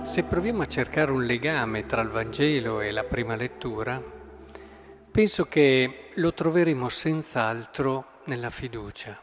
Se proviamo a cercare un legame tra il Vangelo e la prima lettura, penso che lo troveremo senz'altro nella fiducia,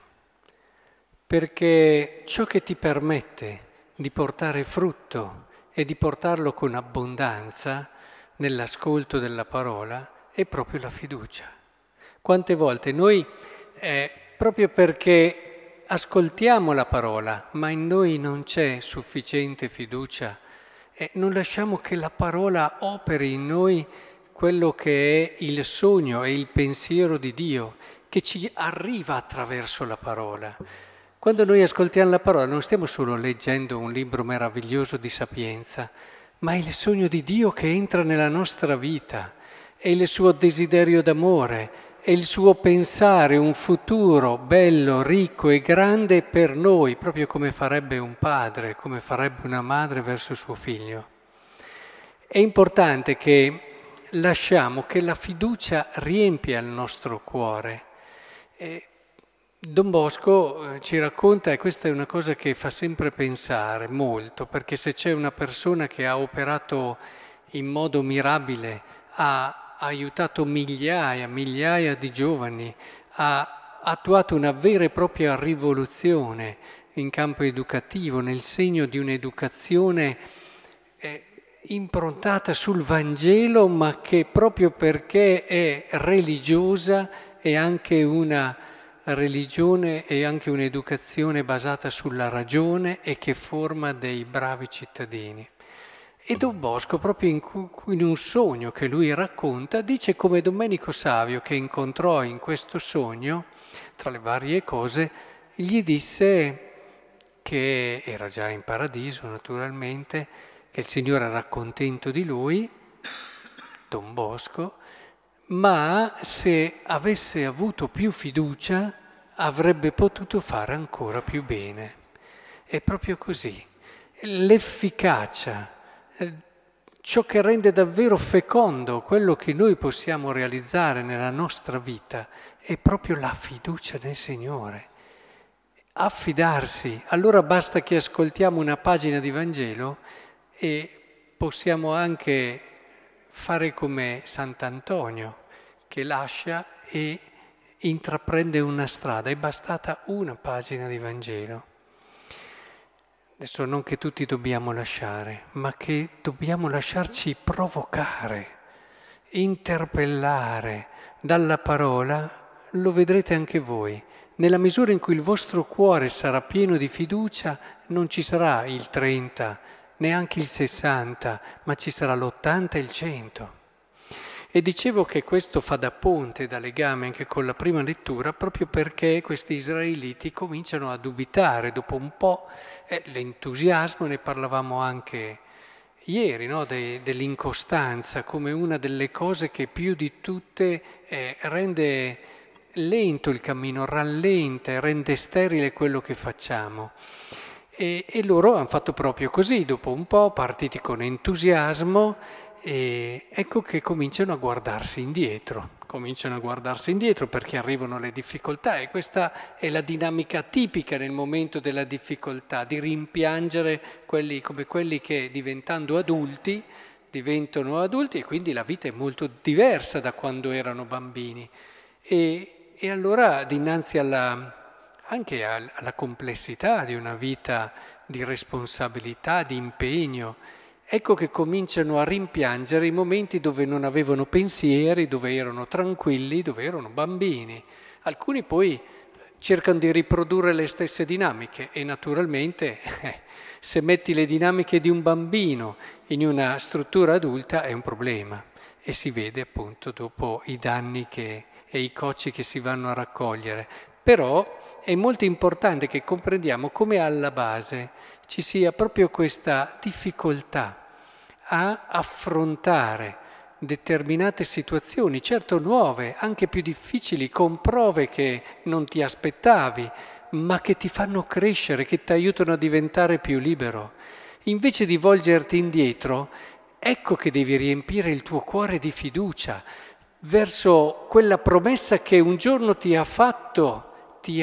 perché ciò che ti permette di portare frutto e di portarlo con abbondanza nell'ascolto della parola è proprio la fiducia. Quante volte noi, proprio perché ascoltiamo la parola, ma in noi non c'è sufficiente fiducia, non lasciamo che la parola operi in noi quello che è il sogno e il pensiero di Dio, che ci arriva attraverso la parola. Quando noi ascoltiamo la parola non stiamo solo leggendo un libro meraviglioso di sapienza, ma è il sogno di Dio che entra nella nostra vita, è il suo desiderio d'amore, è il suo pensare un futuro bello, ricco e grande per noi, proprio come farebbe un padre, come farebbe una madre verso suo figlio. È importante che lasciamo che la fiducia riempia il nostro cuore. Don Bosco ci racconta, e questa è una cosa che fa sempre pensare molto, perché se c'è una persona che ha operato in modo mirabile, ha aiutato migliaia di giovani, ha attuato una vera e propria rivoluzione in campo educativo, nel segno di un'educazione improntata sul Vangelo, ma che proprio perché è religiosa è anche una religione e anche un'educazione basata sulla ragione e che forma dei bravi cittadini. E Don Bosco, proprio in un sogno che lui racconta, dice come Domenico Savio, che incontrò in questo sogno, tra le varie cose, gli disse che era già in paradiso naturalmente, che il Signore era contento di lui, Don Bosco, ma se avesse avuto più fiducia avrebbe potuto fare ancora più bene. È proprio così. L'efficacia, ciò che rende davvero fecondo quello che noi possiamo realizzare nella nostra vita è proprio la fiducia nel Signore. Affidarsi. Allora basta che ascoltiamo una pagina di Vangelo e possiamo anche fare come Sant'Antonio, che lascia e intraprende una strada. È bastata una pagina di Vangelo. Adesso non che tutti dobbiamo lasciare, ma che dobbiamo lasciarci provocare, interpellare dalla parola, lo vedrete anche voi. Nella misura in cui il vostro cuore sarà pieno di fiducia, non ci sarà il 30, neanche il 60, ma ci sarà l'80 e il 100. E dicevo che questo fa da ponte, da legame anche con la prima lettura, proprio perché questi israeliti cominciano a dubitare dopo un po', l'entusiasmo, ne parlavamo anche ieri, no? Dell'incostanza come una delle cose che più di tutte rende lento il cammino, rallenta e rende sterile quello che facciamo. E loro hanno fatto proprio così, dopo un po', partiti con entusiasmo, e ecco che cominciano a guardarsi indietro perché arrivano le difficoltà, e questa è la dinamica tipica nel momento della difficoltà, di rimpiangere quelli che diventando adulti diventano adulti, e quindi la vita è molto diversa da quando erano bambini. E allora dinanzi anche alla complessità di una vita di responsabilità, di impegno, ecco che cominciano a rimpiangere i momenti dove non avevano pensieri, dove erano tranquilli, dove erano bambini. Alcuni poi cercano di riprodurre le stesse dinamiche e naturalmente se metti le dinamiche di un bambino in una struttura adulta è un problema, e si vede appunto dopo i danni e i cocci che si vanno a raccogliere. Però è molto importante che comprendiamo come alla base ci sia proprio questa difficoltà a affrontare determinate situazioni, certo nuove, anche più difficili, con prove che non ti aspettavi, ma che ti fanno crescere, che ti aiutano a diventare più libero. Invece di volgerti indietro, ecco che devi riempire il tuo cuore di fiducia verso quella promessa che un giorno ti ha fatto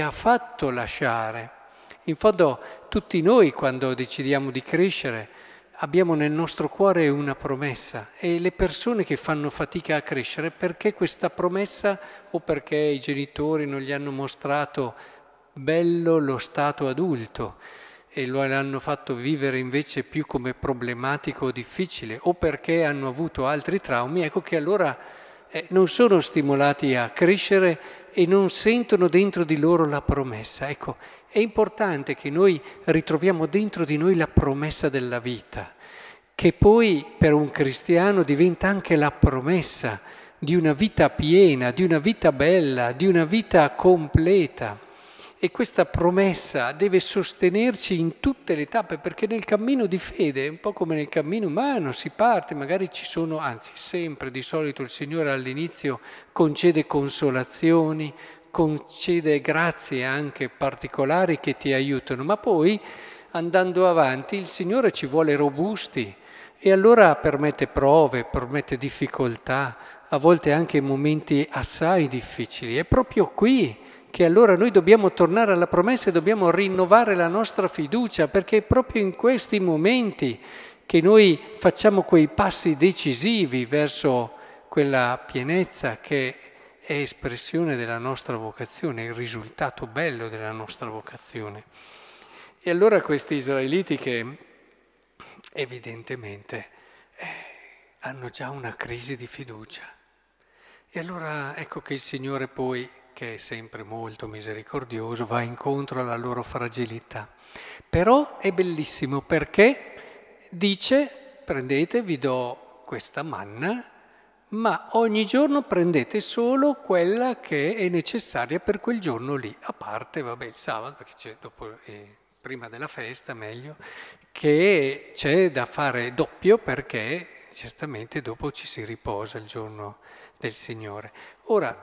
lasciare. In fondo tutti noi, quando decidiamo di crescere, abbiamo nel nostro cuore una promessa e le persone che fanno fatica a crescere perché questa promessa o perché i genitori non gli hanno mostrato bello lo stato adulto e lo hanno fatto vivere invece più come problematico o difficile o perché hanno avuto altri traumi, ecco che allora non sono stimolati a crescere e non sentono dentro di loro la promessa. Ecco, è importante che noi ritroviamo dentro di noi la promessa della vita, che poi per un cristiano diventa anche la promessa di una vita piena, di una vita bella, di una vita completa. E questa promessa deve sostenerci in tutte le tappe, perché nel cammino di fede, un po' come nel cammino umano, si parte, magari ci sono, anzi sempre di solito il Signore all'inizio concede consolazioni, concede grazie anche particolari che ti aiutano, ma poi andando avanti il Signore ci vuole robusti e allora permette prove, permette difficoltà, a volte anche momenti assai difficili. È proprio qui che allora noi dobbiamo tornare alla promessa e dobbiamo rinnovare la nostra fiducia, perché è proprio in questi momenti che noi facciamo quei passi decisivi verso quella pienezza che è espressione della nostra vocazione, il risultato bello della nostra vocazione. E allora questi israeliti che evidentemente hanno già una crisi di fiducia. E allora ecco che il Signore poi, che è sempre molto misericordioso, va incontro alla loro fragilità. Però è bellissimo perché dice: prendete, vi do questa manna, ma ogni giorno prendete solo quella che è necessaria per quel giorno lì, a parte, vabbè, il sabato, perché c'è dopo, prima della festa, meglio, che c'è da fare doppio perché certamente dopo ci si riposa il giorno del Signore. Ora,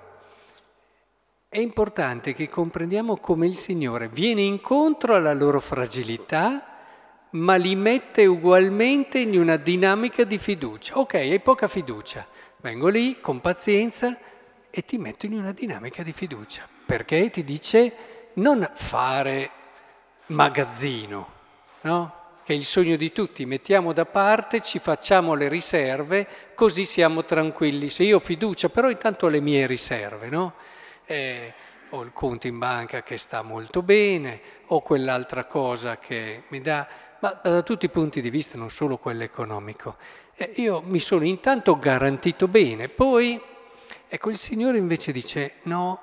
è importante che comprendiamo come il Signore viene incontro alla loro fragilità, ma li mette ugualmente in una dinamica di fiducia. Ok, hai poca fiducia, vengo lì con pazienza e ti metto in una dinamica di fiducia, perché ti dice non fare magazzino, no? Che è il sogno di tutti, mettiamo da parte, ci facciamo le riserve, così siamo tranquilli. Se io ho fiducia, però intanto ho le mie riserve, no? Ho il conto in banca che sta molto bene, ho quell'altra cosa che mi dà, ma da tutti i punti di vista, non solo quello economico. Io mi sono intanto garantito bene, poi, ecco, il Signore invece dice no,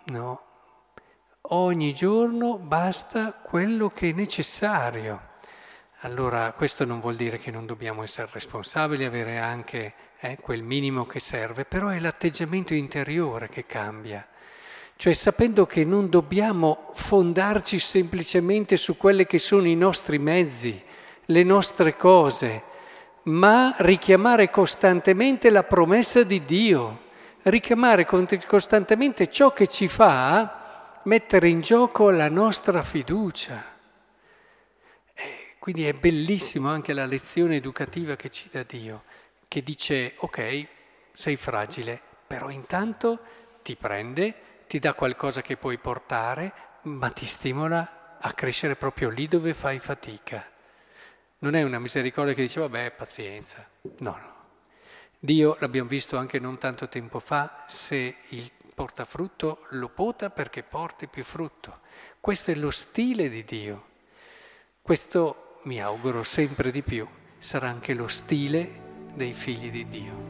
ogni giorno basta quello che è necessario. Allora, questo non vuol dire che non dobbiamo essere responsabili, avere anche quel minimo che serve, però è l'atteggiamento interiore che cambia. Cioè sapendo che non dobbiamo fondarci semplicemente su quelli che sono i nostri mezzi, le nostre cose, ma richiamare costantemente la promessa di Dio, richiamare costantemente ciò che ci fa mettere in gioco la nostra fiducia. Quindi è bellissimo anche la lezione educativa che ci dà Dio, che dice ok, sei fragile, però intanto ti prende, ti dà qualcosa che puoi portare, ma ti stimola a crescere proprio lì dove fai fatica. Non è una misericordia che dice vabbè, pazienza. No. Dio, l'abbiamo visto anche non tanto tempo fa, se il portafrutto lo pota perché porti più frutto. Questo è lo stile di Dio. Questo, mi auguro sempre di più, sarà anche lo stile dei figli di Dio.